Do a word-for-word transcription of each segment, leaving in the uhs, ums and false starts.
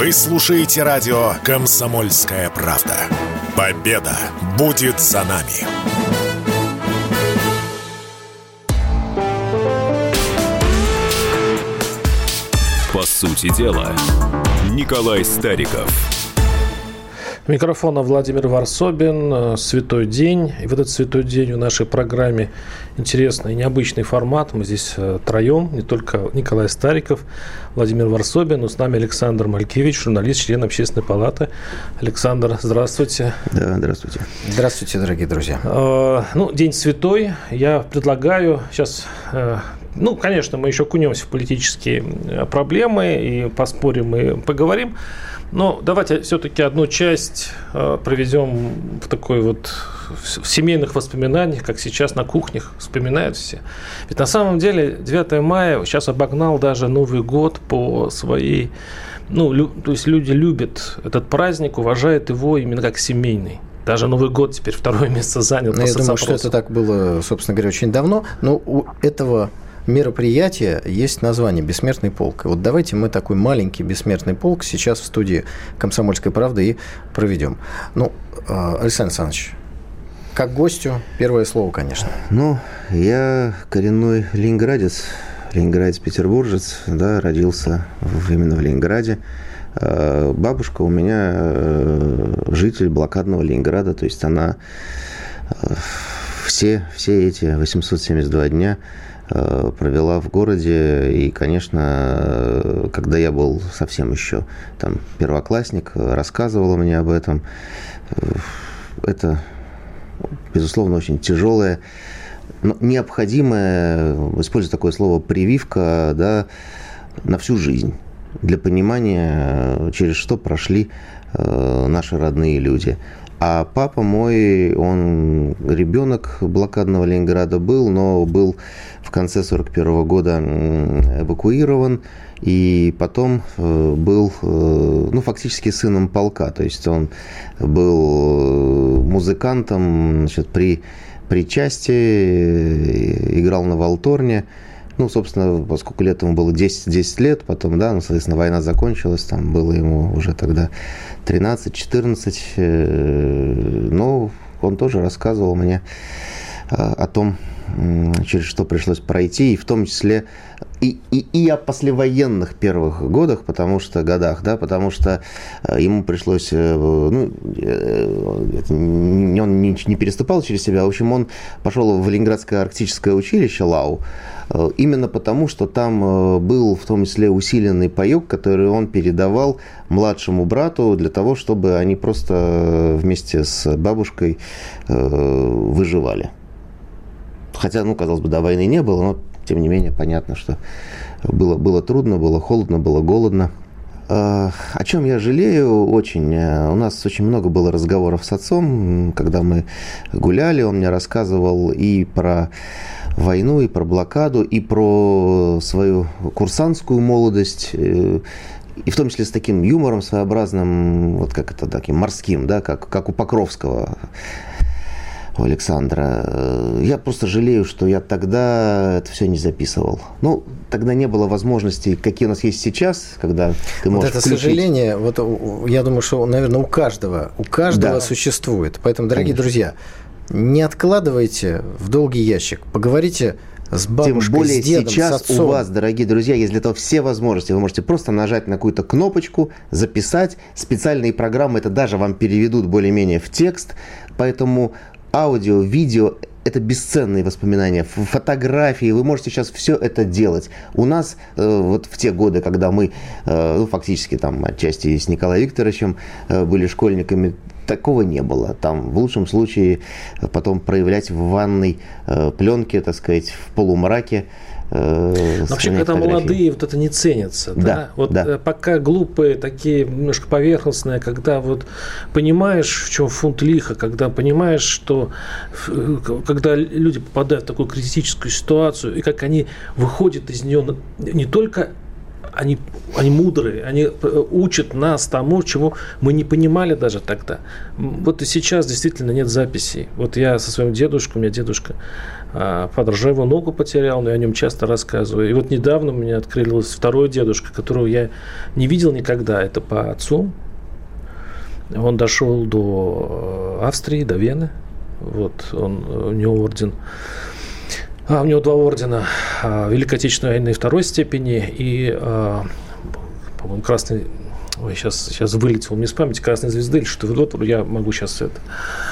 Вы слушаете радио «Комсомольская правда». Победа будет за нами. По сути дела, Николай Стариков. У микрофона Владимир Варсобин. Святой день. И в этот святой день в нашей программе интересный и необычный формат. Мы здесь троем, не только Николай Стариков, Владимир Варсобин, но с нами Александр Малькевич, журналист, член Общественной палаты. Александр, здравствуйте. Да, здравствуйте. Здравствуйте, дорогие друзья. Ну, день святой. Я предлагаю сейчас... Ну, конечно, мы еще окунемся в политические проблемы и поспорим, и поговорим. Но давайте все-таки одну часть э, проведем в такой вот в семейных воспоминаниях, как сейчас на кухнях вспоминают все. Ведь на самом деле девятое мая сейчас обогнал даже Новый год по своей... Ну, лю, то есть люди любят этот праздник, уважают его именно как семейный. Даже Новый год теперь второе место занял. Я думаю, что это так было, собственно говоря, очень давно. Но у этого... мероприятие есть название «Бессмертный полк». И вот давайте мы такой маленький бессмертный полк сейчас в студии «Комсомольской правды» и проведем. Ну, Александр Александрович, как гостю, первое слово, конечно. Ну, я коренной ленинградец, ленинградец-петербуржец, да, родился именно в Ленинграде. Бабушка у меня житель блокадного Ленинграда, то есть она все, все эти восемьсот семьдесят два дня провела в городе, и, конечно, когда я был совсем еще там первоклассник, рассказывала мне об этом. Это, безусловно, очень тяжелая, но необходимая, используя такое слово, прививка, да, на всю жизнь, для понимания, через что прошли наши родные люди. А папа мой, он ребенок блокадного Ленинграда был, но был в конце сорок первого года эвакуирован, и потом был, ну, фактически сыном полка. То есть он был музыкантом, значит, при, при части, играл на валторне. Ну, собственно, поскольку лет ему было десять, десять лет, потом, да, ну, соответственно, война закончилась, там было ему уже тогда тринадцать-четырнадцать, но он тоже рассказывал мне о том, через что пришлось пройти, и в том числе и, и, и о послевоенных первых годах, потому что годах, да, потому что ему пришлось, ну, он не, не переступал через себя, в общем, он пошел в Ленинградское арктическое училище ЛАУ, именно потому, что там был в том числе усиленный паёк, который он передавал младшему брату для того, чтобы они просто вместе с бабушкой выживали. Хотя, ну, казалось бы, до войны не было, но, тем не менее, понятно, что было, было трудно, было холодно, было голодно. О чем я жалею очень? У нас очень много было разговоров с отцом, когда мы гуляли. Он мне рассказывал и про войну, и про блокаду, и про свою курсантскую молодость, и в том числе с таким юмором своеобразным, вот как это, таким морским, да, как, как у Покровского, у Александра. Я просто жалею, что я тогда это все не записывал. Ну, тогда не было возможностей, какие у нас есть сейчас, когда ты можешь вот это включить. сожаление, вот я думаю, что, наверное, у каждого, у каждого да. существует. Поэтому, дорогие Конечно. друзья, не откладывайте в долгий ящик, поговорите с бабушкой, Тем более с дедом, сейчас с отцом. У вас, дорогие друзья, есть для этого все возможности. Вы можете просто нажать на какую-то кнопочку, записать. Специальные программы это даже вам переведут более-менее в текст. Поэтому аудио, видео – это бесценные воспоминания, фотографии. Вы можете сейчас все это делать. У нас э, вот в те годы, когда мы, э, ну, фактически там отчасти с Николаем Викторовичем э, были школьниками, такого не было. Там в лучшем случае потом проявлять в ванной э, пленке, так сказать, в полумраке. Э, вообще, когда молодые, вот это не ценится. Да, да? Вот да. Пока глупые, такие немножко поверхностные, когда вот понимаешь, в чем фунт лиха, когда понимаешь, что когда люди попадают в такую критическую ситуацию, и как они выходят из нее не только они, они мудрые, они учат нас тому, чего мы не понимали даже тогда. Вот и сейчас действительно нет записей. Вот я со своим дедушкой, у меня дедушка под ржавую ногу потерял, но я о нем часто рассказываю. И вот недавно у меня открылся второй дедушка, которого я не видел никогда. Это по отцу. Он дошел до Австрии, до Вены. Вот он, у него орден. А, у него два ордена. Великой Отечественной войны второй степени и, по-моему, красный... Ой, сейчас, сейчас вылетел мне из памяти красной звезды или что-то. Вот я могу сейчас это...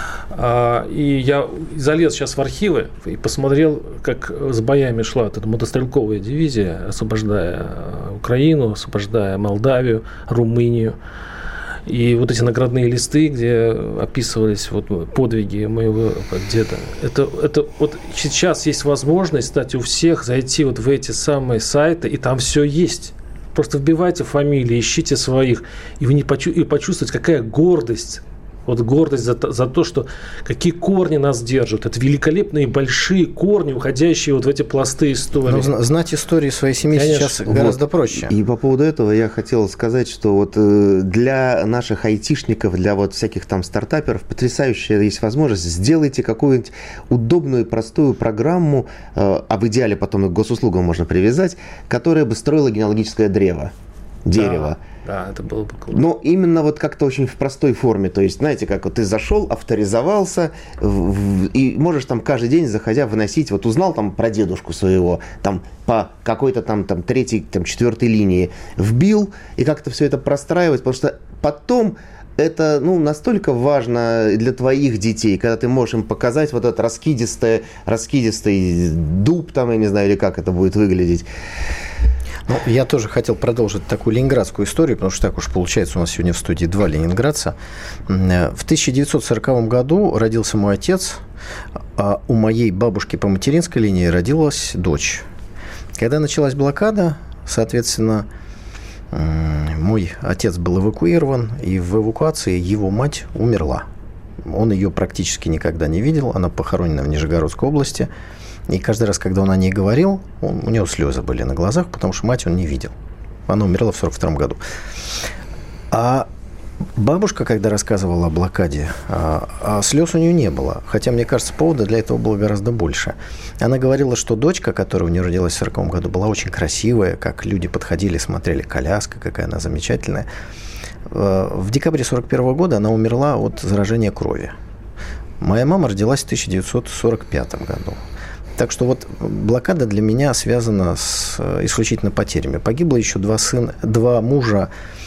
И я залез сейчас в архивы и посмотрел, как с боями шла вот эта мотострелковая дивизия, освобождая Украину, освобождая Молдавию, Румынию. И вот эти наградные листы, где описывались вот подвиги моего деда. Это, это вот сейчас есть возможность, кстати, у всех зайти вот в эти самые сайты, и там все есть. Просто вбивайте фамилии, ищите своих, и вы не почу- и почувствуете, какая гордость. Вот гордость за, за то, что какие корни нас держат. Это великолепные большие корни, уходящие вот в эти пласты истории. Но знать историю своей семьи Конечно. Сейчас гораздо вот. проще. И по поводу этого я хотел сказать, что вот для наших айтишников, для вот всяких там стартаперов потрясающая есть возможность. Сделайте какую-нибудь удобную, простую программу, а в идеале потом и к госуслугам можно привязать, которая бы строила генеалогическое древо, дерево. Да. Да, это было бы круто. Но именно вот как-то очень в простой форме. То есть, знаете, как вот ты зашел, авторизовался, в, в, и можешь там каждый день, заходя, выносить, вот узнал там про дедушку своего, там по какой-то там, там третьей, там четвертой линии вбил, и как-то все это простраивать, потому что потом это, ну, настолько важно для твоих детей, когда ты можешь им показать вот этот раскидистый, раскидистый дуб, там, я не знаю, или как это будет выглядеть. Ну, я тоже хотел продолжить такую ленинградскую историю, потому что так уж получается, у нас сегодня в студии два ленинградца. В тысяча девятьсот сороковом году родился мой отец, а у моей бабушки по материнской линии родилась дочь. Когда началась блокада, соответственно, мой отец был эвакуирован, и в эвакуации его мать умерла. Он ее практически никогда не видел, она похоронена в Нижегородской области. И каждый раз, когда он о ней говорил, он, у него слезы были на глазах, потому что мать он не видел. Она умерла в сорок втором году. А бабушка, когда рассказывала о блокаде, а, а слез у нее не было. Хотя, мне кажется, повода для этого было гораздо больше. Она говорила, что дочка, которая у нее родилась в сороковом году, была очень красивая, как люди подходили, смотрели, коляска, какая она замечательная. В декабре сорок первого года она умерла от заражения крови. Моя мама родилась в тысяча девятьсот сорок пятом году. Так что вот блокада для меня связана с исключительно потерями. Погибло еще два сына, два мужа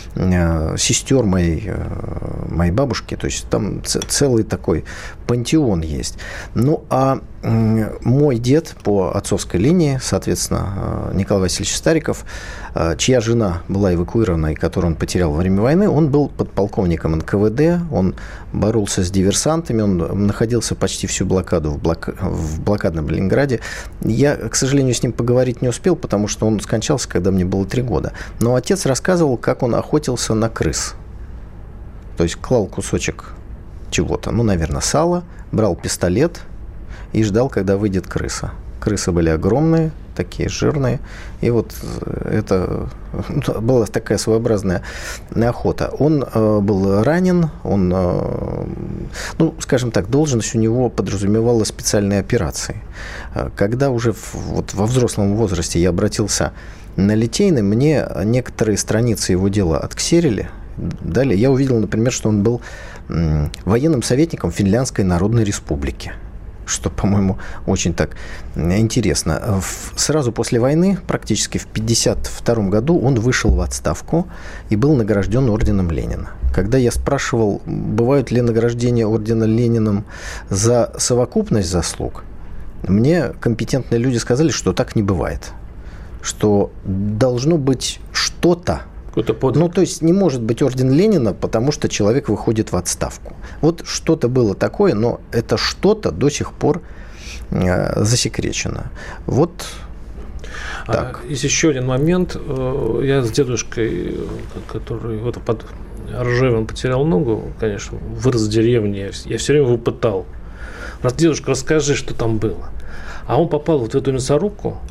э, сестер моей, э, моей бабушки. То есть там ц- целый такой пантеон есть. Ну, а э, мой дед по отцовской линии, соответственно, э, Николай Васильевич Стариков, э, чья жена была эвакуирована и которую он потерял во время войны, он был подполковником эн ка вэ дэ, он боролся с диверсантами, он находился почти всю блокаду в, блок... в блокадном Ленинграде. Я, к сожалению, с ним поговорить не успел, потому что он скончался, когда мне было три года. Но отец рассказывал, как он охотился на крыс. То есть клал кусочек чего-то, ну, наверное, сала, брал пистолет и ждал, когда выйдет крыса. Крысы были огромные, такие жирные. И вот это была такая своеобразная охота. Он э, был ранен, он, э, ну, скажем так, должность у него подразумевала специальные операции. Когда уже в, вот во взрослом возрасте я обратился на Литейный, мне некоторые страницы его дела отксерили. Далее я увидел, например, что он был м, военным советником Финляндской Народной Республики. Что, по-моему, очень так интересно. Сразу после войны, практически в пятьдесят втором году, он вышел в отставку и был награжден орденом Ленина. Когда я спрашивал, бывают ли награждения ордена Лениным за совокупность заслуг, мне компетентные люди сказали, что так не бывает. Что должно быть что-то. Ну, то есть не может быть орден Ленина, потому что человек выходит в отставку. Вот что-то было такое, но это что-то до сих пор э, засекречено. Вот так. А, есть еще один момент. Я с дедушкой, который вот под Ржевом потерял ногу, конечно, вырос в деревне. Я все время его пытал. Раз, дедушка, расскажи, что там было. А он попал вот в эту мясорубку,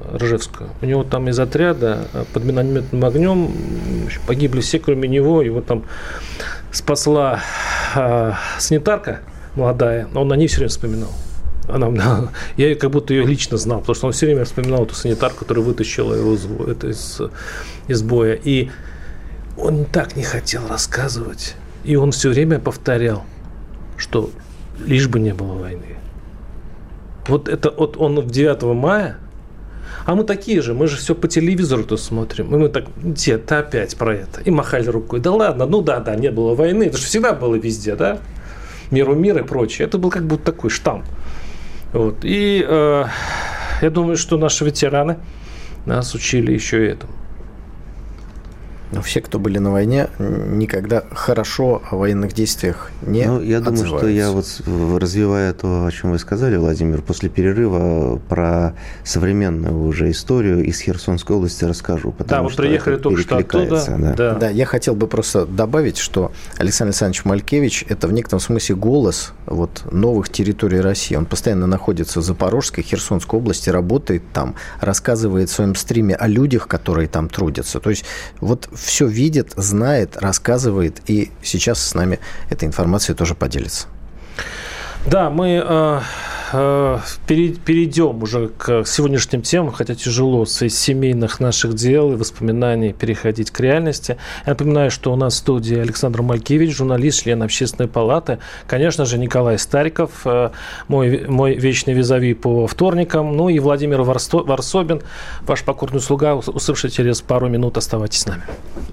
Ржевскую. У него там из отряда под минометным огнем погибли все, кроме него. Его там спасла э, санитарка молодая, но он о ней все время вспоминал. Она, я как будто ее лично знал, потому что он все время вспоминал эту санитарку, которая вытащила его из, это из, из боя. И он так не хотел рассказывать. И он все время повторял, что лишь бы не было войны. Вот это вот он в девятого мая, а мы такие же, мы же все по телевизору-то смотрим. И мы так, дед, ты опять про это. И махали рукой. Да ладно, ну да, да, не было войны. Это же всегда было везде, да? Миру мир и прочее. Это был как будто такой штамп. Вот. И э, я думаю, что наши ветераны нас учили еще и этому. Но все, кто были на войне, никогда хорошо о военных действиях не ну, я думаю, что я вот, развивая то, о чем вы сказали, Владимир, после перерыва про современную уже историю из Херсонской области расскажу. Да, вы приехали только что оттуда. Да. Да. да, я хотел бы просто добавить, что Александр Александрович Малькевич – это в некотором смысле голос вот, новых территорий России. Он постоянно находится в Запорожской, Херсонской области, работает там, рассказывает в своем стриме о людях, которые там трудятся. То есть вот все видит, знает, рассказывает, и сейчас с нами эта информация тоже поделится. Да, мы э, э, перейдем уже к сегодняшним темам, хотя тяжело с семейных наших дел и воспоминаний переходить к реальности. Я напоминаю, что у нас в студии Александр Малькевич, журналист, член Общественной палаты. Конечно же, Николай Стариков, э, мой, мой вечный визави по вторникам. Ну и Владимир Варсо, Варсобин, ваш покорный слуга. Услышите через пару минут. Оставайтесь с нами.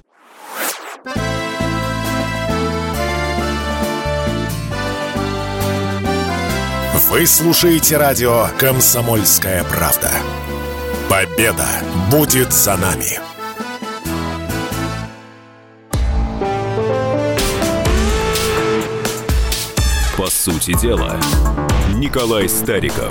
Вы слушаете радио «Комсомольская правда». Победа будет за нами. По сути дела, Николай Стариков.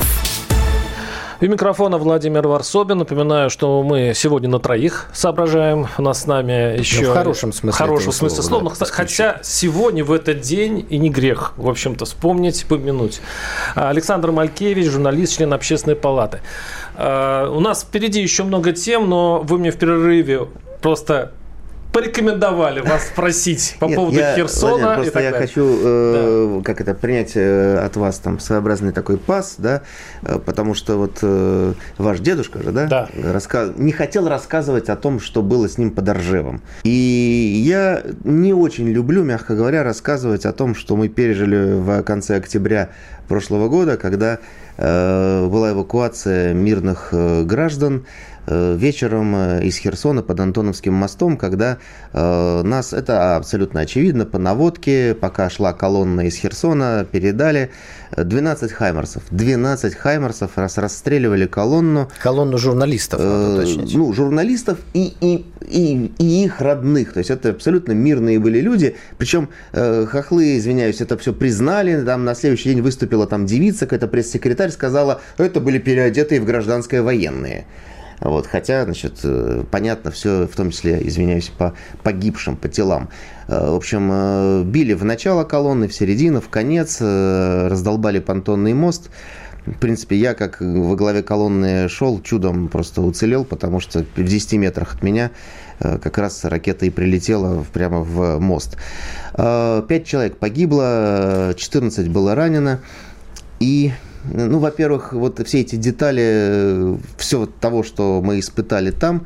У микрофона Владимир Варсобин. Напоминаю, что мы сегодня на троих соображаем. У нас с нами еще... Ну, в хорошем смысле. В хорошем смысле слова. Да, хотя сегодня, в этот день, и не грех, в общем-то, вспомнить, помянуть. Александр Малькевич, журналист, член Общественной палаты. У нас впереди еще много тем, но вы мне в перерыве просто... порекомендовали вас спросить по Нет, поводу я, Херсона. Владимир, просто и так я далее. хочу э, да. как это, принять э, от вас там своеобразный такой пас, да, э, потому что вот э, ваш дедушка же, да, да. Раска... не хотел рассказывать о том, что было с ним под Ржевом. И я не очень люблю, мягко говоря, рассказывать о том, что мы пережили в конце октября прошлого года, когда э, была эвакуация мирных э, граждан вечером из Херсона под Антоновским мостом, когда э, нас, это абсолютно очевидно, по наводке, пока шла колонна из Херсона, передали двенадцать хаймерсов. двенадцать хаймерсов раз расстреливали колонну. Колонну журналистов, надо уточнить. Э, ну, журналистов и, и, и, и их родных. То есть это абсолютно мирные были люди. Причем э, хохлы, извиняюсь, это все признали. Там на следующий день выступила там девица, какая-то пресс-секретарь, сказала, это были переодетые в гражданское военные. Вот, хотя, значит, понятно все, в том числе, извиняюсь, по погибшим, по телам. В общем, били в начало колонны, в середину, в конец, раздолбали понтонный мост. В принципе, я, как во главе колонны шел, чудом просто уцелел, потому что в десяти метрах от меня как раз ракета и прилетела прямо в мост. Пять человек погибло, четырнадцать было ранено. И... Ну, во-первых, вот все эти детали, все того, что мы испытали там,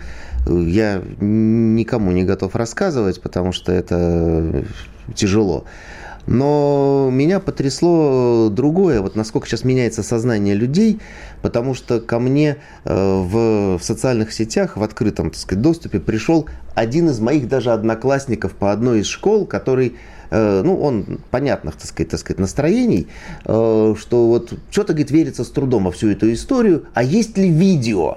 я никому не готов рассказывать, потому что это тяжело. Но меня потрясло другое, вот насколько сейчас меняется сознание людей, потому что ко мне в социальных сетях, в открытом, так сказать, доступе пришел один из моих даже одноклассников по одной из школ, который... Ну, он понятных, так сказать, так сказать, настроений, что вот что-то, говорит, верится с трудом во всю эту историю, а есть ли видео?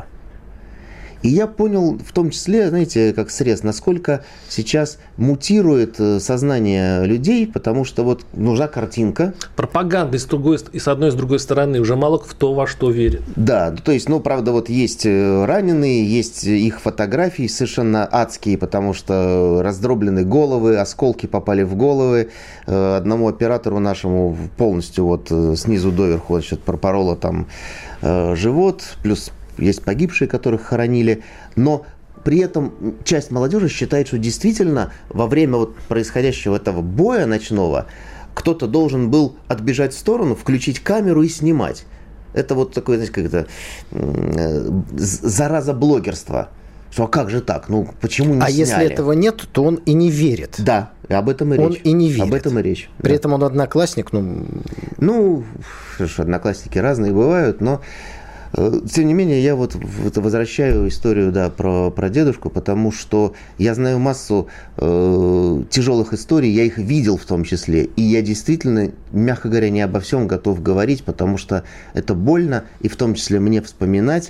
И я понял, в том числе, знаете, как срез, насколько сейчас мутирует сознание людей, потому что вот нужна картинка. Пропаганда и с, другой, и с одной и с другой стороны. Уже мало кто во что верит. Да, то есть, ну, правда, вот есть раненые, есть их фотографии совершенно адские, потому что раздроблены головы, осколки попали в головы. Одному оператору нашему полностью вот снизу доверху, значит, пропороло там живот, плюс есть погибшие, которых хоронили, но при этом часть молодежи считает, что действительно во время вот происходящего этого боя ночного кто-то должен был отбежать в сторону, включить камеру и снимать. Это вот такое, знаете, как это, зараза блогерства. Что, а как же так? Ну, почему не а сняли? Если этого нет, то он и не верит. Да, об этом и речь. Он и не верит. Об этом и речь. При да. этом он одноклассник, ну... Ну, что, одноклассники разные бывают, но... Тем не менее, я вот возвращаю историю, да, про, про дедушку, потому что я знаю массу э, тяжелых историй, я их видел в том числе, и я действительно, мягко говоря, не обо всем готов говорить, потому что это больно, и в том числе мне вспоминать,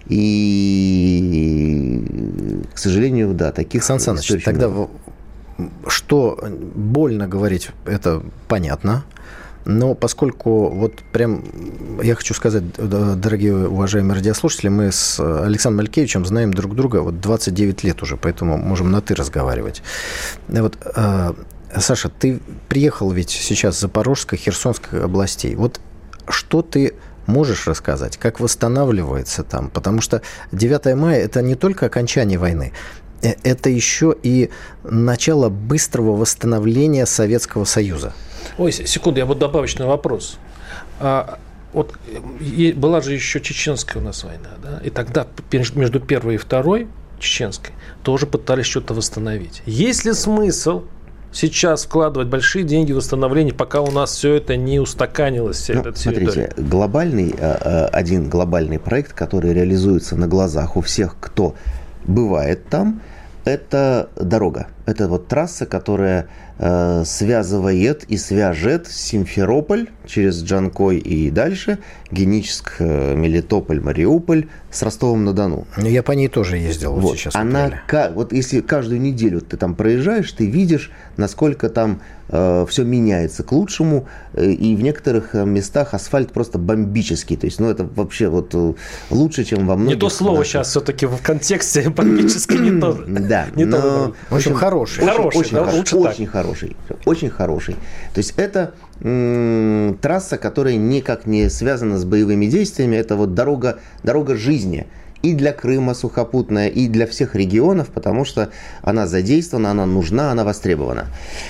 и, к сожалению, да, таких Сан Саныч, тогда много. Что больно говорить, это понятно. Но поскольку вот прям, я хочу сказать, дорогие уважаемые радиослушатели, мы с Александром Малькевичем знаем друг друга вот двадцать девять лет уже, поэтому можем на «ты» разговаривать. Вот, Саша, ты приехал ведь сейчас с Запорожской, Херсонской областей. Вот что ты можешь рассказать, как восстанавливается там? Потому что девятое мая – это не только окончание войны, это еще и начало быстрого восстановления Советского Союза. Ой, секунду, я вот добавочный вопрос. А, вот была же еще чеченская у нас война, да? И тогда между первой и второй чеченской тоже пытались что-то восстановить. Есть ли смысл сейчас вкладывать большие деньги в восстановление, пока у нас все это не устаканилось, вся ну, эта смотрите, территория? глобальный, один глобальный проект, который реализуется на глазах у всех, кто бывает там, это дорога. Это вот трасса, которая э, связывает и свяжет Симферополь через Джанкой и дальше, Геническ, Мелитополь, Мариуполь с Ростовом-на-Дону. Я по ней тоже ездил вот, вот сейчас. Она, вот если каждую неделю ты там проезжаешь, ты видишь, насколько там э, все меняется к лучшему, э, и в некоторых местах асфальт просто бомбический. То есть, ну, это вообще вот лучше, чем во многих... Не то слово наших... сейчас все-таки в контексте бомбический не то. Да, не но... то. В общем, хороший. Очень, Хороший, очень, да, хороший, лучше очень так. хороший. Очень хороший. То есть это м- трасса, которая никак не связана с боевыми действиями. Это вот дорога, дорога жизни. И для Крыма сухопутная, и для всех регионов, потому что она задействована, она нужна, она востребована.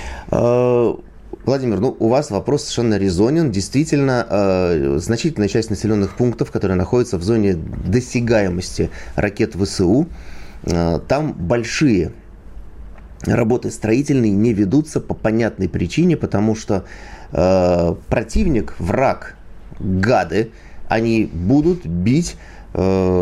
Владимир, ну, у вас вопрос совершенно резонен. Действительно, э, значительная часть населенных пунктов, которые находятся в зоне досягаемости ракет ВСУ, э, там большие работы строительные не ведутся по понятной причине, потому что э, противник, враг, гады, они будут бить э,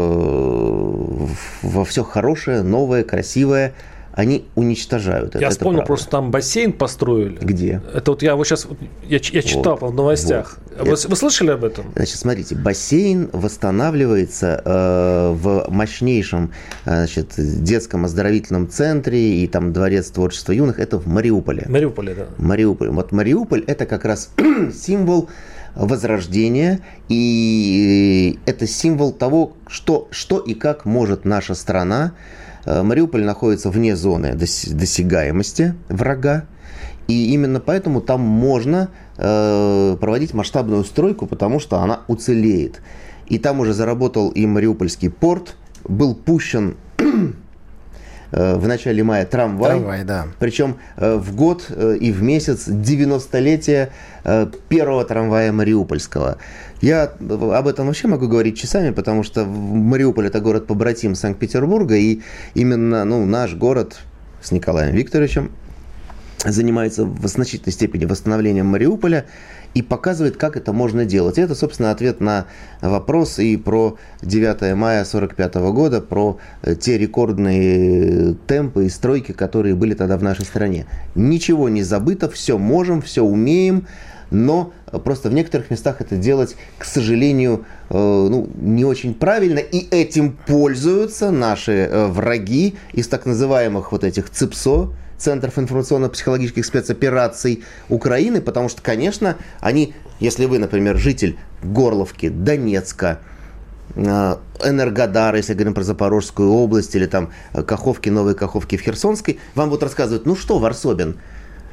во все хорошее, новое, красивое. Они уничтожают. Я это вспомнил, правда. Просто там бассейн построили. Где? Это вот я вот сейчас, я, я читал вот, в новостях. Вот. Вы, это... вы слышали об этом? Значит, смотрите, бассейн восстанавливается э, в мощнейшем значит, детском оздоровительном центре, и там дворец творчества юных, это в Мариуполе. Мариуполе, да. Мариуполь. Вот Мариуполь – это как раз символ возрождения, и это символ того, что, что и как может наша страна. Мариуполь находится вне зоны досягаемости врага, и именно поэтому там можно э, проводить масштабную стройку, потому что она уцелеет. И там уже заработал и Мариупольский порт, был пущен э, в начале мая трамвай, трамвай да. Причем э, в год э, и в месяц девяностолетия э, первого трамвая Мариупольского. Я об этом вообще могу говорить часами, потому что Мариуполь – это город-побратим Санкт-Петербурга, и именно ну, наш город с Николаем Викторовичем занимается в значительной степени восстановлением Мариуполя и показывает, как это можно делать. И это, собственно, ответ на вопрос и про девятое мая сорок пятого года, про те рекордные темпы и стройки, которые были тогда в нашей стране. Ничего не забыто, все можем, все умеем, но просто в некоторых местах это делать, к сожалению, э, ну, не очень правильно, и этим пользуются наши э, враги из так называемых вот этих ЦИПСО, Центров информационно-психологических спецопераций Украины, потому что, конечно, они, если вы, например, житель Горловки, Донецка, э, Энергодара, если говорим про Запорожскую область, или там Каховки, Новые Каховки в Херсонской, вам будут рассказывать, ну что, Варсобин,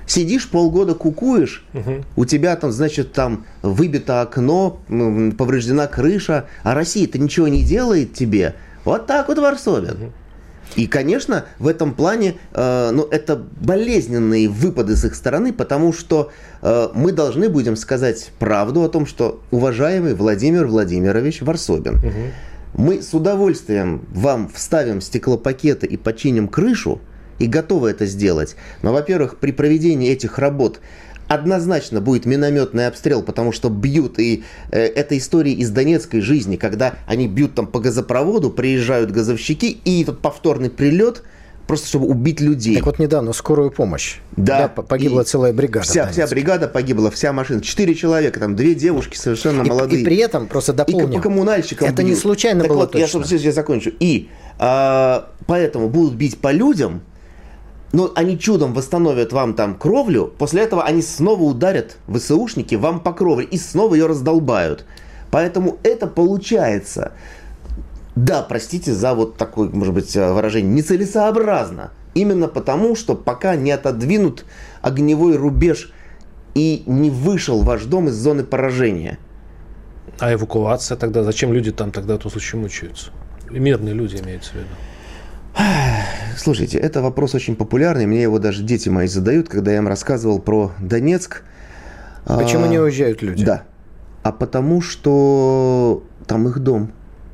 Сидишь полгода кукуешь, угу. у тебя там, значит, там выбито окно, повреждена крыша, а Россия-то ничего не делает тебе. Вот так вот Варсобин. Угу. И, конечно, в этом плане э, ну, это болезненные выпады с их стороны, потому что э, мы должны будем сказать правду о том, что уважаемый Владимир Владимирович Варсобин, угу. мы с удовольствием вам вставим стеклопакеты и починим крышу, и готовы это сделать. Но, во-первых, при проведении этих работ однозначно будет минометный обстрел, потому что бьют, и э, это история из донецкой жизни, когда они бьют там по газопроводу, приезжают газовщики, и этот повторный прилет, просто чтобы убить людей. Так вот недавно скорую помощь. Да. да погибла целая бригада. Вся, вся бригада погибла, вся машина. Четыре человека, там две девушки совершенно и, молодые. И при этом, просто дополним, и по коммунальщикам это бьют. не случайно так было вот, точно. Я, я закончу. И а, поэтому будут бить по людям, но они чудом восстановят вам там кровлю, после этого они снова ударят, ВСУшники, вам по кровле и снова ее раздолбают. Поэтому это получается, да, простите за вот такое, может быть, выражение, нецелесообразно. Именно потому, что пока не отодвинут огневой рубеж и не вышел ваш дом из зоны поражения. А эвакуация тогда? Зачем люди там тогда в том случае мучаются? Мирные люди имеются в виду. Слушайте, это вопрос очень популярный, мне его даже дети мои задают, когда я им рассказывал про Донецк. Почему а, не уезжают люди? Да, а потому что там их дом.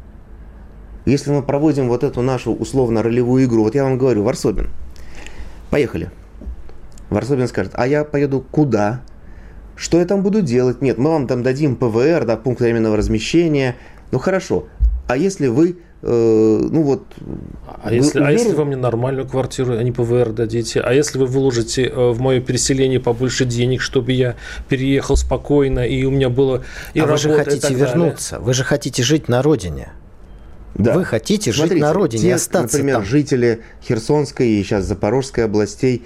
Если мы проводим вот эту нашу условно-ролевую игру, вот я вам говорю, Варсобин, поехали. Варсобин скажет, а я поеду куда? Что я там буду делать? Нет, мы вам там дадим ПВР, да, пункт временного размещения. Ну хорошо, а если вы ну вот. А если, а если вы мне нормальную квартиру, а не ПВР дадите? А если вы вложите в мое переселение побольше денег, чтобы я переехал спокойно и у меня было и а работа, вы же хотите и вернуться, далее. Вы же хотите жить на родине. Да. Вы хотите Смотрите, жить на родине, те, остаться например, там. Жители Херсонской и сейчас Запорожской областей,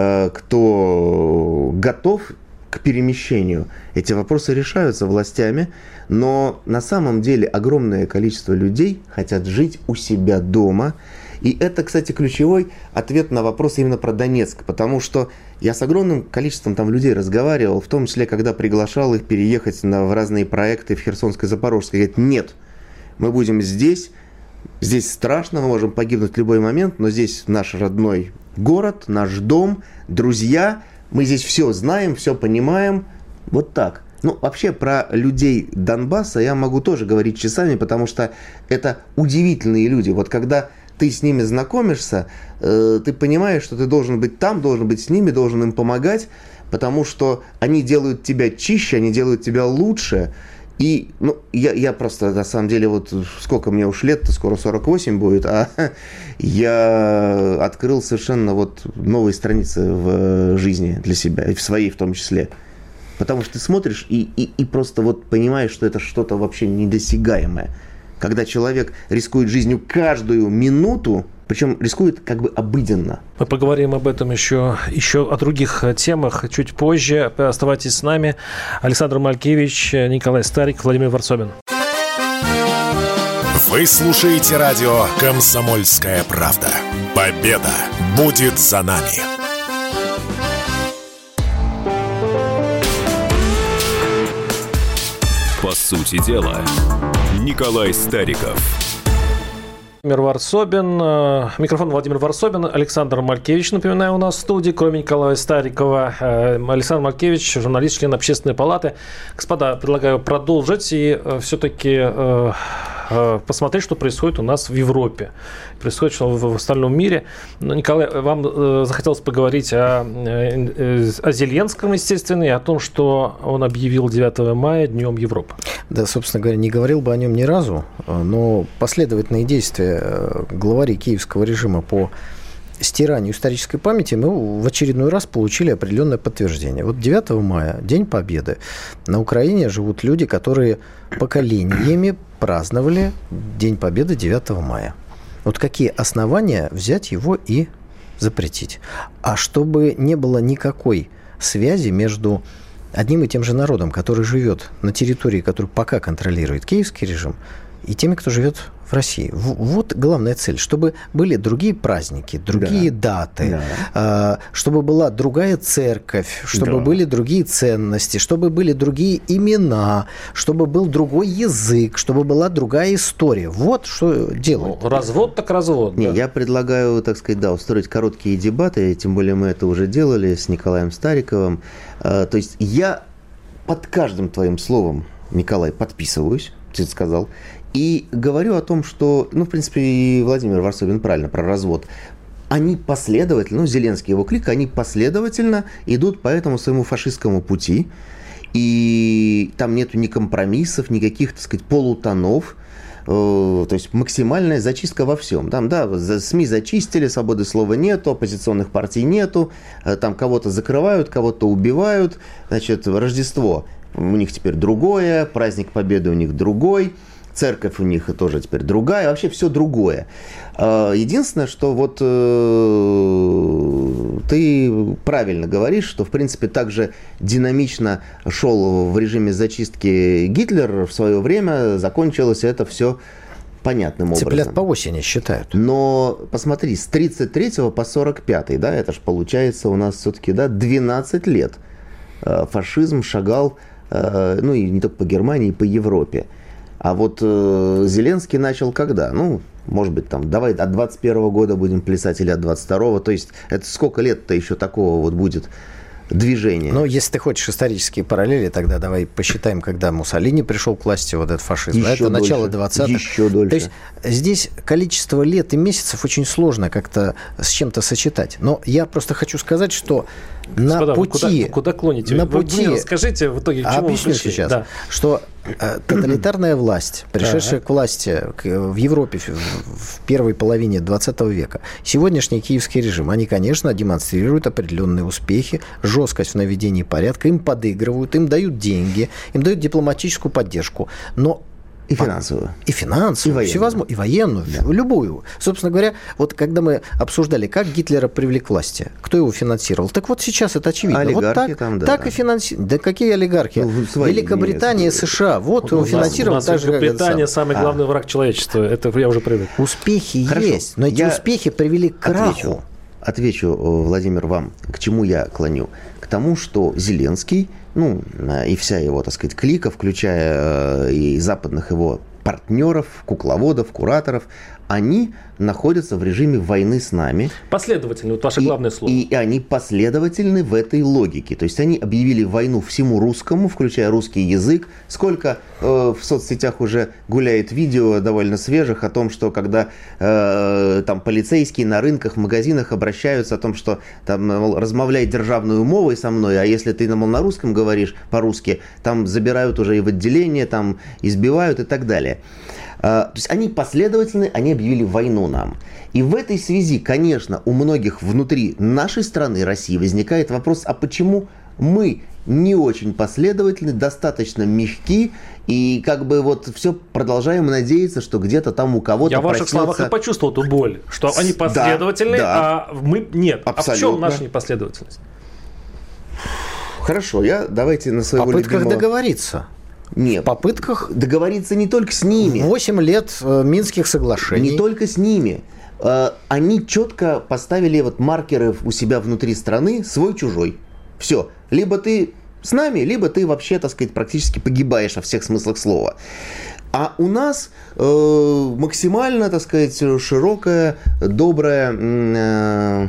кто готов к перемещению, эти вопросы решаются властями, но на самом деле огромное количество людей хотят жить у себя дома. И это, кстати, ключевой ответ на вопрос именно про Донецк, потому что я с огромным количеством там людей разговаривал, в том числе, когда приглашал их переехать на, в разные проекты в Херсонской и Запорожской. Говорят, нет, мы будем здесь, здесь страшно, мы можем погибнуть в любой момент, но здесь наш родной город, наш дом, друзья. Мы здесь все знаем, все понимаем. Вот так. Ну, вообще, про людей Донбасса я могу тоже говорить часами, потому что это удивительные люди. Вот когда ты с ними знакомишься, э, ты понимаешь, что ты должен быть там, должен быть с ними, должен им помогать, потому что они делают тебя чище, они делают тебя лучше. И, ну, я, я просто, на самом деле, вот сколько мне уж лет-то, скоро сорок восемь будет, а я открыл совершенно вот новые страницы в жизни для себя, и в своей в том числе. Потому что ты смотришь и, и, и просто вот понимаешь, что это что-то вообще недосягаемое. Когда человек рискует жизнью каждую минуту, причем рискует как бы обыденно. Мы поговорим об этом еще, еще о других темах чуть позже. Оставайтесь с нами. Александр Малькевич, Николай Стариков, Владимир Варсобин. Вы слушаете радио «Комсомольская правда». Победа будет за нами. По сути дела, Николай Стариков. Владимир Варсобин, микрофон Владимир Варсобин, Александр Малькевич, напоминаю, у нас в студии, кроме Николая Старикова. Александр Малькевич, журналист, член Общественной палаты. Господа, предлагаю продолжить и все-таки посмотреть, что происходит у нас в Европе, происходит что в остальном мире. Но, Николай, вам захотелось поговорить о, о Зеленском, естественно, и о том, что он объявил девятого мая Днем Европы. Да, собственно говоря, не говорил бы о нем ни разу, но последовательные действия главарей киевского режима по стиранию исторической памяти мы в очередной раз получили определенное подтверждение. Вот девятого мая, День Победы, на Украине живут люди, которые поколениями праздновали День Победы девятого мая. Вот какие основания взять его и запретить? А чтобы не было никакой связи между одним и тем же народом, который живет на территории, которую пока контролирует киевский режим, и теми, кто живет в России. Вот главная цель, чтобы были другие праздники, другие да. даты, да. чтобы была другая церковь, чтобы да. были другие ценности, чтобы были другие имена, чтобы был другой язык, чтобы была другая история. Вот что делают. Ну, развод так развод. Не, да. Я предлагаю, так сказать, да, устроить короткие дебаты, тем более мы это уже делали с Николаем Стариковым. То есть я под каждым твоим словом, Николай, подписываюсь, ты сказал, и говорю о том, что, ну, в принципе, и Владимир Варсобин правильно про развод. Они последовательно, ну, Зеленский и его клик, они последовательно идут по этому своему фашистскому пути. И там нету ни компромиссов, никаких, так сказать, полутонов. То есть максимальная зачистка во всем. Там, да, СМИ зачистили, свободы слова нету, оппозиционных партий нету, там кого-то закрывают, кого-то убивают. Значит, Рождество у них теперь другое, праздник Победы у них другой. Церковь у них тоже теперь другая, вообще все другое. Единственное, что вот ты правильно говоришь, что, в принципе, также динамично шел в режиме зачистки Гитлер в свое время, закончилось это все понятным образом. Цыплят по осени считают. Но посмотри, с тридцать третьего по сорок пятый, да, это же получается у нас все-таки, да, двенадцать лет фашизм шагал, ну и не только по Германии, и по Европе. А вот э, Зеленский начал когда? Ну, может быть, там, давай от двадцать первого года будем плясать или от двадцать второго. То есть, это сколько лет-то еще такого вот будет движения? Ну, если ты хочешь исторические параллели, тогда давай посчитаем, когда Муссолини пришел к власти, вот этот фашизм. Еще это дольше, начало двадцатых. Еще дольше. То есть, здесь количество лет и месяцев очень сложно как-то с чем-то сочетать. Но я просто хочу сказать, что Господа, на пути... Куда, куда клоните? На вы, пути... Вы расскажите в итоге, к чему Объясню вы пришли. сейчас, Да. что э, тоталитарная власть, пришедшая к власти в Европе в первой половине двадцатого века, сегодняшний киевский режим, они, конечно, демонстрируют определенные успехи, жесткость в наведении порядка, им подыгрывают, им дают деньги, им дают дипломатическую поддержку, но И финансовую. И финансовую, и всевозможную, и военную, да. любую. Собственно говоря, вот когда мы обсуждали, как Гитлера привели к власти, кто его финансировал, так вот сейчас это очевидно. Олигархи вот так, там, да. Так и финансировали. Да какие олигархи? Ну, свои, Великобритания, нет, США, вот ну, его финансировал. У нас, у нас так же, Великобритания как самый главный а. враг человечества. Это я уже привык. Успехи Хорошо. есть, но эти я успехи привели к краху. Отвечу, отвечу, Владимир, вам, к чему я клоню. К тому, что Зеленский, ну, и вся его, так сказать, клика, включая и западных его партнеров, кукловодов, кураторов, они находятся в режиме войны с нами. Последовательны, вот ваше и, главное слово. И, и они последовательны в этой логике. То есть они объявили войну всему русскому, включая русский язык. Сколько э, в соцсетях уже гуляет видео довольно свежих о том, что когда э, там полицейские на рынках, в магазинах обращаются о том, что там, мол, размовляй державную мовой со мной, а если ты, мол, на русском говоришь по-русски, там забирают уже и в отделение, там избивают и так далее. То есть они последовательны, они объявили войну нам. И в этой связи, конечно, у многих внутри нашей страны, России, возникает вопрос, а почему мы не очень последовательны, достаточно мягки, и как бы вот все продолжаем надеяться, что где-то там у кого-то Я в ваших проснется... словах и почувствовал эту боль, что они последовательны, да, да. а мы нет. Абсолютно. А в чем наша непоследовательность? Хорошо, я давайте на своего В попытках любимого... договориться. Нет. В попытках договориться не только с ними. восемь лет э, Минских соглашений. Не только с ними. Э, они четко поставили вот маркеры у себя внутри страны, свой-чужой. Все. Либо ты с нами, либо ты вообще, так сказать, практически погибаешь во всех смыслах слова. А у нас э, максимально, так сказать, широкая, добрая... Э,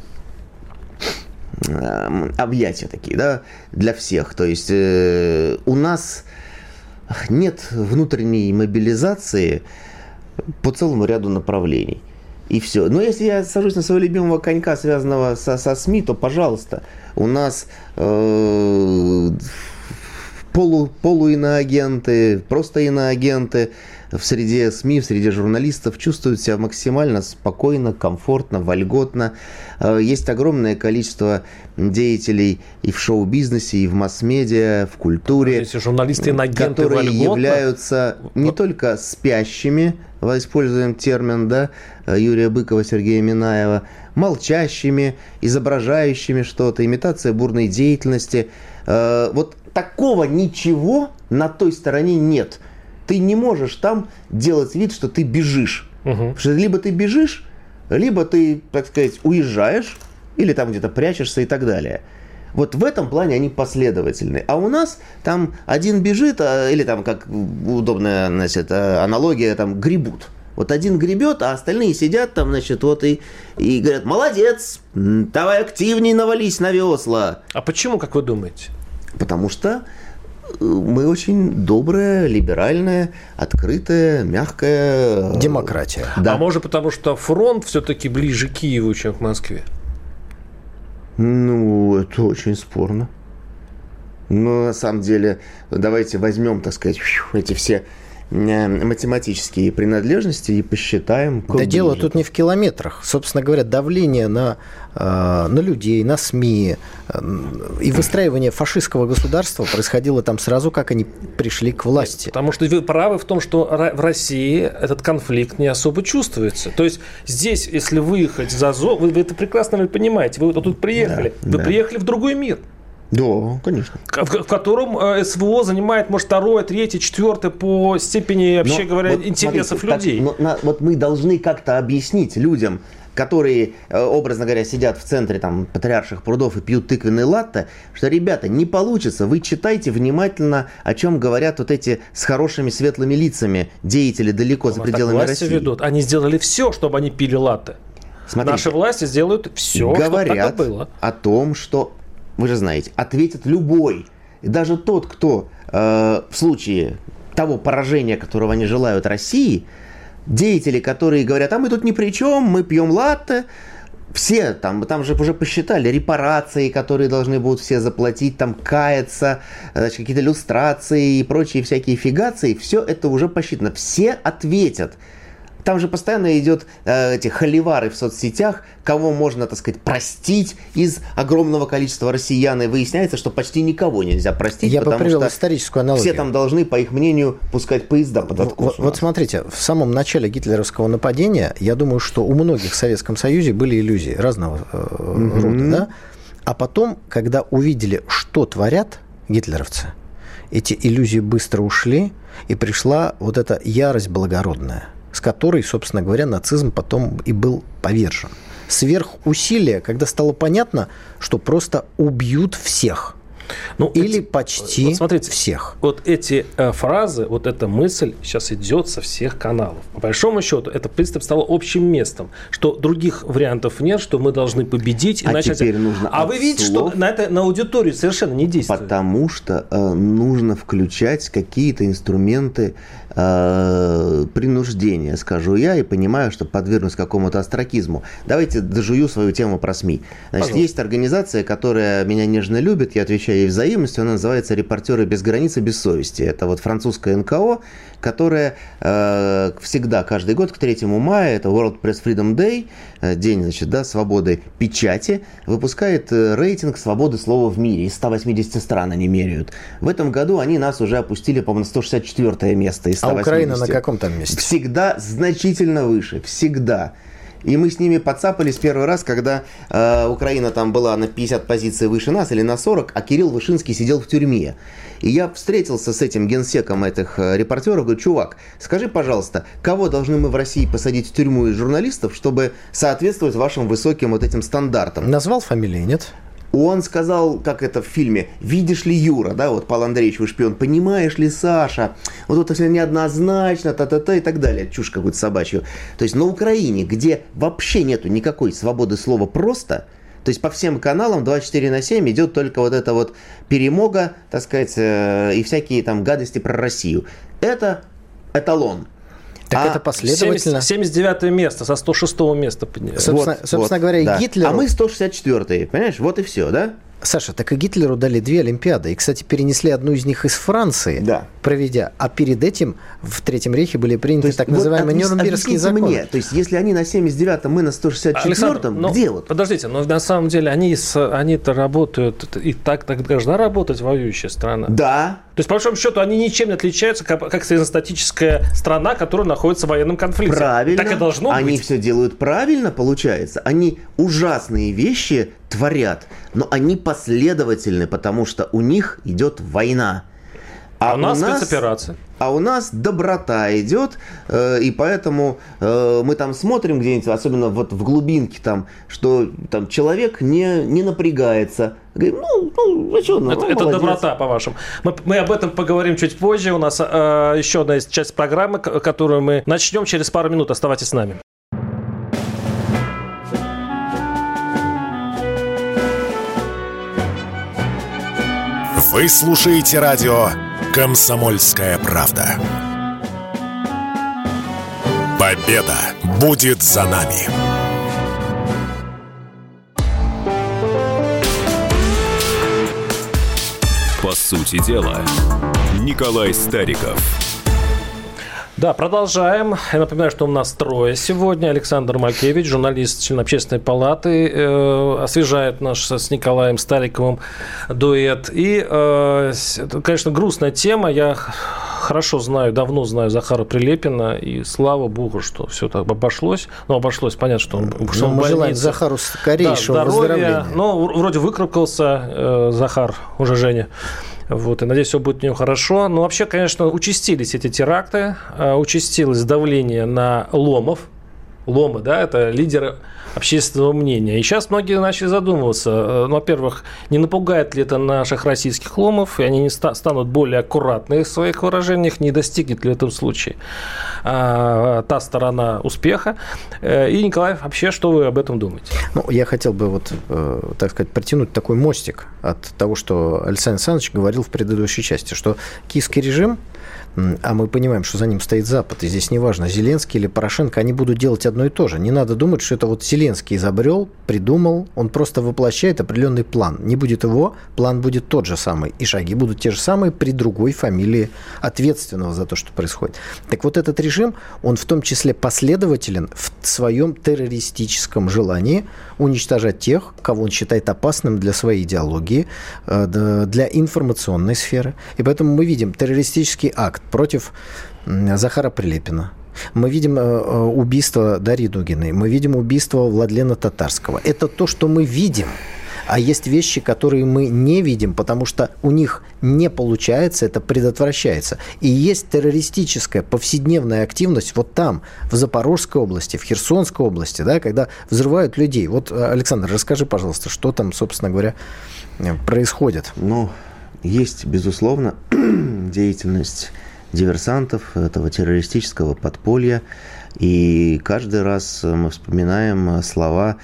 объятия такие, да, для всех. То есть э, у нас нет внутренней мобилизации по целому ряду направлений. И все. Но если я сажусь на своего любимого конька, связанного со, со СМИ, то, пожалуйста, у нас э, полу, полуиноагенты, просто иноагенты в среде СМИ, в среде журналистов чувствуют себя максимально спокойно, комфортно, вольготно. Есть огромное количество деятелей и в шоу-бизнесе, и в масс-медиа, в культуре, если журналисты иноагенты которые вольготно... являются не только спящими, используем термин, да, Юрия Быкова, Сергея Минаева, молчащими, изображающими что-то, имитация бурной деятельности. Вот такого ничего на той стороне нет. ты не можешь там делать вид, что ты бежишь. Угу. Потому что либо ты бежишь, либо ты, так сказать, уезжаешь, или там где-то прячешься и так далее. Вот в этом плане они последовательны. А у нас там один бежит, или там, как удобная, значит, аналогия, там гребут. Вот один гребет, а остальные сидят там, значит, вот и, и говорят: молодец, давай активнее навались на весла. А почему, как вы думаете? Потому что мы очень добрая, либеральная, открытая, мягкая... демократия. Да. А может потому, что фронт все-таки ближе к Киеву, чем к Москве? Ну, это очень спорно. Но на самом деле, давайте возьмем, так сказать, эти все математические принадлежности и посчитаем. Да дело ближе. Тут не в километрах. Собственно говоря, давление на, на людей, на СМИ и выстраивание фашистского государства происходило там сразу, как они пришли к власти. Нет, потому что вы правы в том, что в России этот конфликт не особо чувствуется. То есть здесь, если выехать за зону, вы, вы это прекрасно понимаете, вы вот тут приехали, да, вы да. приехали в другой мир. Да, конечно. В, в котором СВО занимает, может, второе, третье, четвертое по степени, вообще но, говоря, вот, интересов смотрите, людей. Так, но, на, вот мы должны как-то объяснить людям, которые, образно говоря, сидят в центре там, Патриарших прудов и пьют тыквенный латте, что, ребята, не получится. Вы читайте внимательно, о чем говорят вот эти с хорошими светлыми лицами деятели далеко но за пределами России. Ведут. Они сделали все, чтобы они пили латте. Смотрите, наши власти сделают все, говорят чтобы так было. О том, что... Вы же знаете, ответит любой, и даже тот, кто э, в случае того поражения, которого они желают России, деятели, которые говорят: а мы тут ни при чем, мы пьем латте, все там, там же уже посчитали репарации, которые должны будут все заплатить, там каяться, значит, какие-то люстрации и прочие всякие фигации, все это уже посчитано, все ответят. Там же постоянно идет э, эти холивары в соцсетях, кого можно, так сказать, простить из огромного количества россиян. И выясняется, что почти никого нельзя простить. Я потому бы привел что историческую аналогию. Все там должны, по их мнению, пускать поезда под откос. Вот, вот смотрите, в самом начале гитлеровского нападения, я думаю, что у многих в Советском Союзе были иллюзии разного э, mm-hmm. рода. Да? А потом, когда увидели, что творят гитлеровцы, эти иллюзии быстро ушли, и пришла вот эта ярость благородная, с которой, собственно говоря, нацизм потом и был повержен. Сверхусилие, когда стало понятно, что просто убьют всех. Ну, или эти, почти вот смотрите, всех. Вот эти э, фразы, вот эта мысль сейчас идет со всех каналов. По большому счету, это, в принципе, стало общим местом, что других вариантов нет, что мы должны победить. А иначе... теперь нужно А вы видите, слов, что на, это, на аудиторию совершенно не действует. Потому что э, нужно включать какие-то инструменты э, принуждения, скажу я, и понимаю, что подвергнусь какому-то остракизму. Давайте дожую свою тему про СМИ. Значит, Пожалуйста. Есть организация, которая меня нежно любит, я отвечаю ей взаимностью, она называется «Репортеры без границ и без совести». Это вот французская эн ка о, которая э, всегда, каждый год к третьему мая, это World Press Freedom Day, день, значит, да, свободы печати, выпускает рейтинг свободы слова в мире. Из ста восьмидесяти стран они меряют. В этом году они нас уже опустили, по-моему, на сто шестьдесят четвёртое место из ста восьмидесяти. А Украина на каком там месте? Всегда значительно выше. Всегда. И мы с ними подцапались первый раз, когда э, Украина там была на пятьдесят позиций выше нас или на сорок, а Кирилл Вышинский сидел в тюрьме. И я встретился с этим генсеком этих э, репортеров, говорю: чувак, скажи, пожалуйста, кого должны мы в России посадить в тюрьму из журналистов, чтобы соответствовать вашим высоким вот этим стандартам? Назвал фамилии, нет? Он сказал, как это в фильме: видишь ли, Юра, да, вот Павел Андреевич, вы шпион, понимаешь ли, Саша, вот это все неоднозначно, та-та-та и так далее, чушь какую-то собачью. То есть на Украине, где вообще нету никакой свободы слова просто, то есть по всем каналам двадцать четыре на семь идет только вот эта вот перемога, так сказать, и всякие там гадости про Россию. Это эталон. Так а это последовательно. семьдесят девятое место, со сто шестого места поднялось. Собственно, вот, собственно вот, говоря, да. Гитлеру... А мы сто шестьдесят четвёртый, понимаешь? Вот и все, да? Саша, так и Гитлеру дали две Олимпиады. И, кстати, перенесли одну из них из Франции, да. проведя. А перед этим в Третьем рейхе были приняты так вот называемые Нюрнбергские законы. Мне, то есть, если они на семьдесят девятом, мы на сто шестьдесят четвёртом, Александр, где ну, вот? Подождите, но на самом деле они, они-то работают, и так, так должна работать воюющая страна. Да. То есть, по большому счету, они ничем не отличаются, как, как среднестатическая страна, которая находится в военном конфликте. Правильно. Так и должно они быть. Они все делают правильно, получается. Они ужасные вещи творят, но они последовательны, потому что у них идет война. А, а у нас, нас спецоперация. А у нас доброта идет, э, и поэтому э, мы там смотрим где-нибудь, особенно вот в глубинке, там, что там человек не, не напрягается. Говорим, ну, ну, а что, ну, это, это доброта, по-вашему. Мы, мы об этом поговорим чуть позже. У нас э, еще одна часть программы, которую мы начнем через пару минут. Оставайтесь с нами. Вы слушаете радио «Комсомольская правда». Победа будет за нами. По сути дела, Николай Стариков. Да, продолжаем. Я напоминаю, что у нас трое сегодня. Александр Макевич, журналист, член Общественной палаты, э, освежает наш с Николаем Стариковым дуэт. И, э, это, конечно, грустная тема. Я хорошо знаю, давно знаю Захара Прилепина, и слава богу, что все так обошлось. Ну, обошлось, понятно, что он, что он мы желаем Захару скорейшего, да, выздоровления. Ну, вроде выкарабкался э, Захар, уже Женя. Вот, и надеюсь, все будет у него хорошо. Но вообще, конечно, участились эти теракты, участилось давление на ломов. Ломы, да, это лидеры общественного мнения. И сейчас многие начали задумываться, ну, во-первых, не напугает ли это наших российских ломов, и они не ста- станут более аккуратны в своих выражениях, не достигнет ли в этом случае а, та сторона успеха. И, Николай, вообще, что вы об этом думаете? Ну, я хотел бы, вот, э, так сказать, протянуть такой мостик от того, что Александр Александрович говорил в предыдущей части, что киевский режим, а мы понимаем, что за ним стоит Запад, и здесь неважно, Зеленский или Порошенко, они будут делать одно и то же. Не надо думать, что это вот Зеленский изобрел, придумал, он просто воплощает определенный план. Не будет его, план будет тот же самый, и шаги будут те же самые при другой фамилии ответственного за то, что происходит. Так вот, этот режим, он в том числе последователен в своем террористическом желании уничтожать тех, кого он считает опасным для своей идеологии, для информационной сферы. И поэтому мы видим террористический акт против Захара Прилепина. Мы видим убийство Дарьи Дугиной. Мы видим убийство Владлена Татарского. Это то, что мы видим. А есть вещи, которые мы не видим, потому что у них не получается, это предотвращается. И есть террористическая повседневная активность вот там, в Запорожской области, в Херсонской области, да, когда взрывают людей. Вот, Александр, расскажи, пожалуйста, что там, собственно говоря, происходит? Ну, есть, безусловно, деятельность диверсантов этого террористического подполья. И каждый раз мы вспоминаем слова,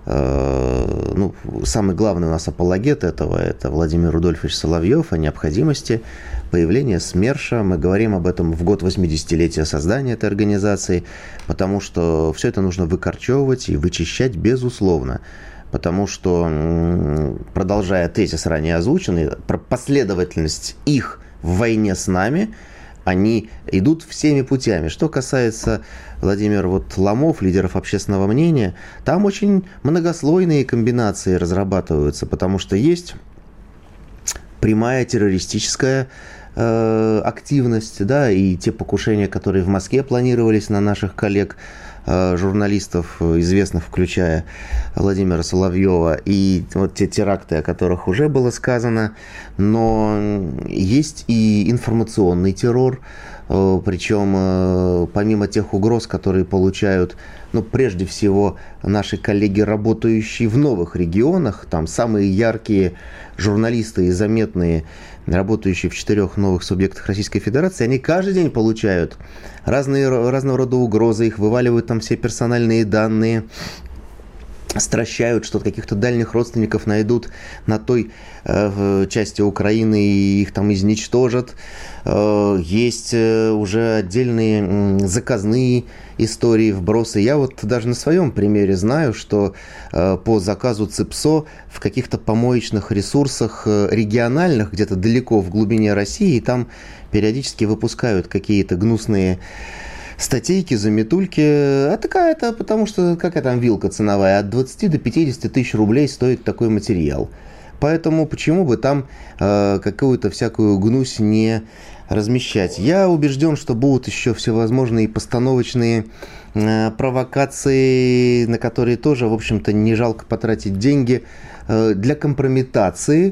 э, ну, самый главный у нас апологет этого, это Владимир Рудольфович Соловьев, о необходимости появления СМЕРШа. Мы говорим об этом в год восьмидесятилетия создания этой организации, потому что все это нужно выкорчевывать и вычищать, безусловно. Потому что, продолжая тезис ранее озвученный, про последовательность их в войне с нами, они идут всеми путями. Что касается, Владимир, вот ломов, лидеров общественного мнения, там очень многослойные комбинации разрабатываются, потому что есть прямая террористическая э, активность, да, и те покушения, которые в Москве планировались на наших коллег, журналистов, известных, включая Владимира Соловьева, и вот те теракты, о которых уже было сказано, но есть и информационный террор, причем помимо тех угроз, которые получают, ну, прежде всего, наши коллеги, работающие в новых регионах, там самые яркие журналисты и заметные, работающие в четырех новых субъектах Российской Федерации, они каждый день получают разные, разного рода угрозы, их вываливают там все персональные данные, стращают, что каких-то дальних родственников найдут на той э, части Украины и их там изничтожат. Э, есть э, уже отдельные э, заказные истории, вбросы. Я вот даже на своем примере знаю, что э, по заказу ЦИПСО в каких-то помоечных ресурсах э, региональных, где-то далеко в глубине России, там периодически выпускают какие-то гнусные статейки, заметульки, а такая-то, потому что какая там вилка ценовая, от двадцати до пятидесяти тысяч рублей стоит такой материал. Поэтому почему бы там э, какую-то всякую гнусь не размещать? Я убежден, что будут еще всевозможные постановочные э, провокации, на которые тоже, в общем-то, не жалко потратить деньги э, для компрометации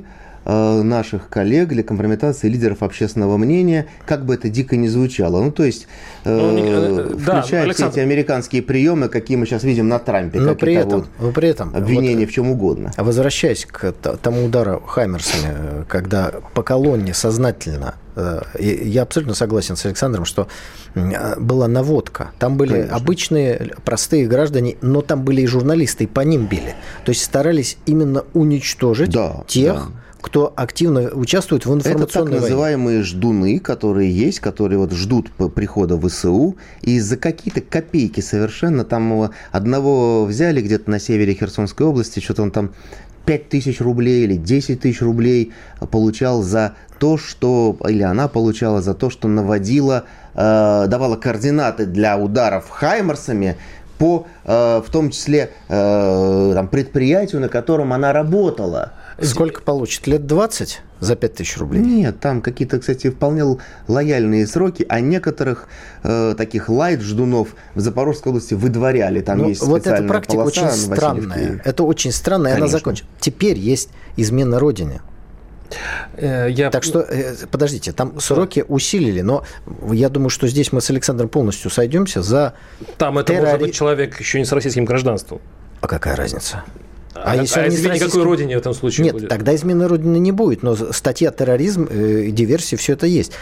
э, наших коллег, для компрометации лидеров общественного мнения, как бы это дико не звучало. Ну, то есть, э, ну, включая да, все эти американские приемы, какие мы сейчас видим на Трампе, но как при это этом, вот но при этом обвинение вот, в чем угодно. Возвращаясь к тому удару хаймерсами, когда по колонне сознательно, я абсолютно согласен с Александром, что была наводка. Там были Конечно. обычные, простые граждане, но там были и журналисты, и по ним били. То есть старались именно уничтожить да, тех, да. кто активно участвует в информационной войне. Это так называемые войне. ждуны, которые есть, которые вот ждут прихода ВСУ, и за какие-то копейки совершенно там одного взяли где-то на севере Херсонской области, что-то он там пять тысяч рублей или десять тысяч рублей получал за то, что, или она получала за то, что наводила, э, давала координаты для ударов хаймерсами по, э, в том числе, э, там, предприятию, на котором она работала. Сколько получит? Лет двадцать за пять тысяч рублей? Нет, там какие-то, кстати, вполне лояльные сроки, а некоторых э, таких лайт-ждунов в Запорожской области выдворяли. Там ну, есть вот специальная эта практика полоса очень странная. Это очень странно, и она закончена. Теперь есть измена Родине. Я... Так что, подождите, там сроки усилили, но я думаю, что здесь мы с Александром полностью сойдемся за... Там это террори... может быть человек еще не с российским гражданством. А какая разница? А, а если а измене российским... какой родине в этом случае Нет, будет? Тогда измены родины не будет, но статья терроризм, э, диверсия, все это есть.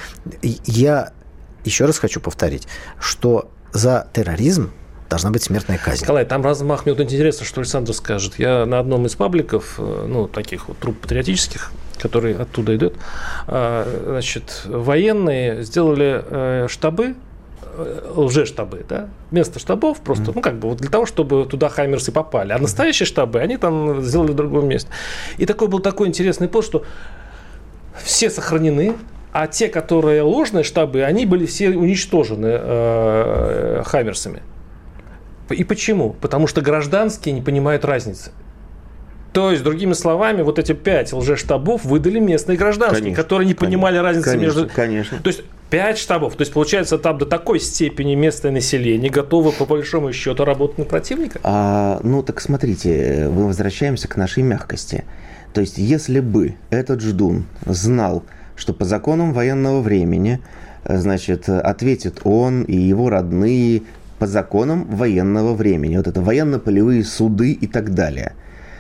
Я еще раз хочу повторить, что за терроризм должна быть смертная казнь. Николай, там размах. Мне вот интересно, что Александр скажет. Я на одном из пабликов, ну, таких вот труп патриотических, которые оттуда идут, значит, военные сделали штабы, лжештабы, да, вместо штабов просто, mm-hmm. ну, как бы, вот для того, чтобы туда хаймерсы попали. А настоящие штабы, они там сделали в другом месте. И такой был такой интересный пост, что все сохранены, а те, которые ложные штабы, они были все уничтожены э, хаймерсами. И почему? Потому что гражданские не понимают разницы. То есть, другими словами, вот эти пять лжештабов выдали местные гражданские, конечно, которые не конечно, понимали разницы конечно, между... Конечно. То есть, пять штабов. То есть, получается, там до такой степени местное население готово, по большому счету, работать на противника? А, ну, так смотрите, мы возвращаемся к нашей мягкости. То есть, если бы этот ждун знал, что по законам военного времени, значит, ответит он и его родные по законам военного времени, вот это военно-полевые суды и так далее,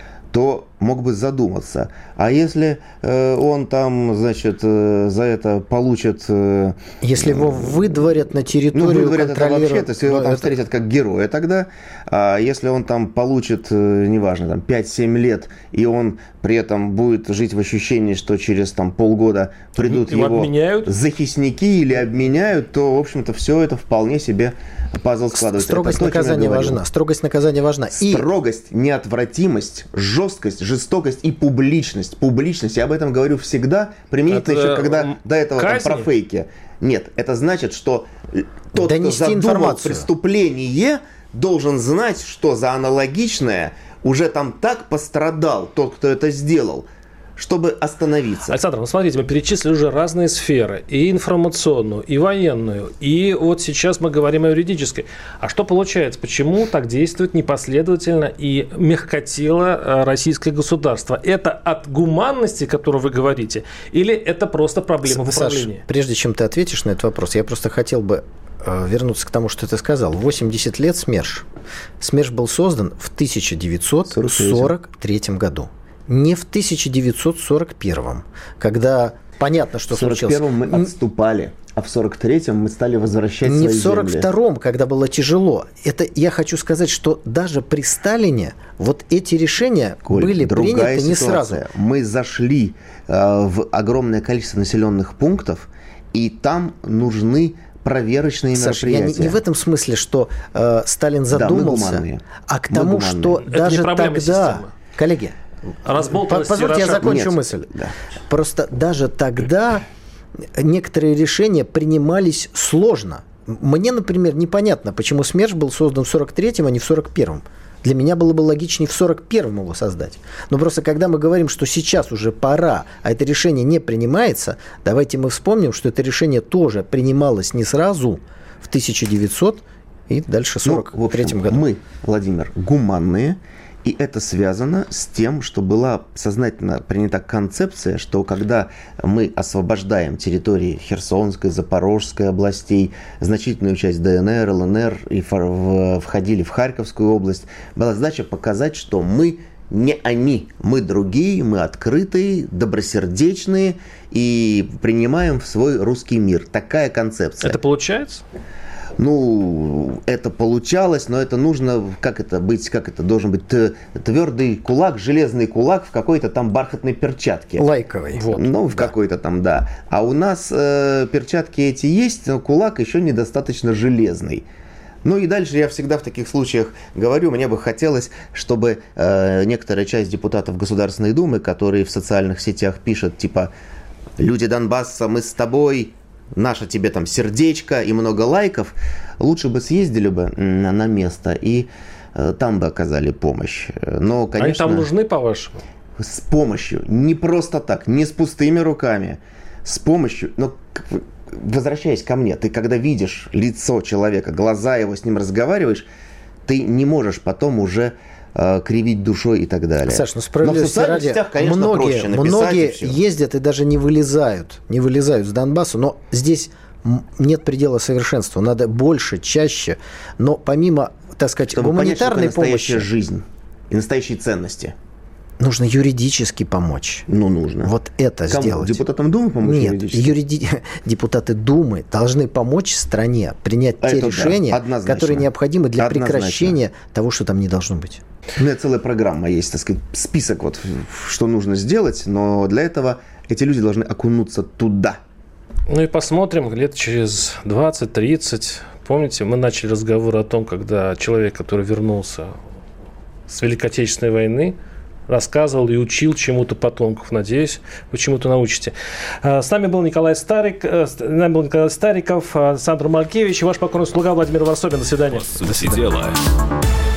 то мог бы задуматься. А если э, он там, значит, э, за это получит... Э, если его выдворят на территорию, ну, выдворят это вообще, то есть его там это... встретят как героя тогда, а если он там получит, э, неважно, там пять-семь лет, и он при этом будет жить в ощущении, что через там полгода придут его, его обменяют? захисники или обменяют, то, в общем-то, все это вполне себе пазл складывается. Строгость то, наказания важна. Строгость наказания важна. Строгость, и... неотвратимость, жесткость, жестокость и публичность. Публичность, я об этом говорю всегда, применительно это, еще, когда до этого там, про фейки. Нет, это значит, что тот, донести кто задумал информацию. Преступление, должен знать, что за аналогичное уже там так пострадал тот, кто это сделал, чтобы остановиться. Александр, ну смотрите, мы перечислили уже разные сферы, и информационную, и военную, и вот сейчас мы говорим о юридической. А что получается? Почему так действует непоследовательно и мягкотело российское государство? Это от гуманности, о которой вы говорите, или это просто проблема в управлении? Саш, прежде чем ты ответишь на этот вопрос, я просто хотел бы вернуться к тому, что ты сказал. восемьдесят лет СМЕРШ. СМЕРШ был создан в тысяча девятьсот сорок третьем году. Не в тысяча девятьсот сорок первом, когда понятно, что случилось. В сорок первом мы отступали, а в сорок третьем мы стали возвращать не свои в сорок втором, земли. Когда было тяжело. Это я хочу сказать, что даже при Сталине вот эти решения Коль, были приняты не сразу. Мы зашли э, в огромное количество населенных пунктов, и там нужны проверочные Саша, мероприятия. Я не, не в этом смысле, что э, Сталин задумался, да, а к тому, что это даже тогда... системы. Коллеги, позвольте, я закончу Нет. мысль. Да. Просто даже тогда некоторые решения принимались сложно. Мне, например, непонятно, почему СМЕРШ был создан в сорок третьем, а не в сорок первом. Для меня было бы логичнее в сорок первом его создать. Но просто когда мы говорим, что сейчас уже пора, а это решение не принимается, давайте мы вспомним, что это решение тоже принималось не сразу, в тысяча девятьсот и дальше сорок третьем ну, в общем, году. Мы, Владимир, гуманные, И это связано с тем, что была сознательно принята концепция, что когда мы освобождаем территории Херсонской, Запорожской областей, значительную часть ДНР, ЛНР и входили в Харьковскую область, была задача показать, что мы не они, мы другие, мы открытые, добросердечные и принимаем в свой русский мир. Такая концепция. Это получается? Ну, это получалось, но это нужно, как это быть, как это должен быть твердый кулак, железный кулак в какой-то там бархатной перчатке. Лайковой. Вот. Ну, в да. какой-то там, да. А у нас э, перчатки эти есть, но кулак еще недостаточно железный. Ну и дальше я всегда в таких случаях говорю, мне бы хотелось, чтобы э, некоторая часть депутатов Государственной Думы, которые в социальных сетях пишут, типа, люди Донбасса, мы с тобой, наше тебе там сердечко и много лайков, лучше бы съездили бы на, на место и э, там бы оказали помощь. Но, конечно, они там нужны, по-вашему? С помощью, не просто так, не с пустыми руками, с помощью, но... Возвращаясь ко мне, ты когда видишь лицо человека, глаза его, с ним разговариваешь, ты не можешь потом уже э, кривить душой и так далее. Саш, ну справедливости ради, сетях, конечно, многие, многие и ездят и даже не вылезают, не вылезают с Донбасса, но здесь нет предела совершенства, надо больше, чаще, но помимо, так сказать, чтобы гуманитарной понять, что такое помощи... настоящая жизнь и настоящие ценности. Нужно юридически помочь. Ну, нужно. Вот это Кому? сделать. Депутатам Думы помочь? Нет, юридически? юриди... депутаты Думы должны помочь стране принять а те решения, да, которые необходимы для Однозначно. прекращения того, что там не должно быть. У меня целая программа есть, так сказать, список, вот, что нужно сделать, но для этого эти люди должны окунуться туда. Ну и посмотрим лет через двадцать-тридцать. Помните, мы начали разговор о том, когда человек, который вернулся с Великой Отечественной войны, рассказывал и учил чему-то потомков. Надеюсь, вы чему-то научите. С нами был Николай Старик, с нами был Николай Стариков, Александр Маркевич и ваш покорный слуга Владимир Варсобин. До свидания. По сути дела.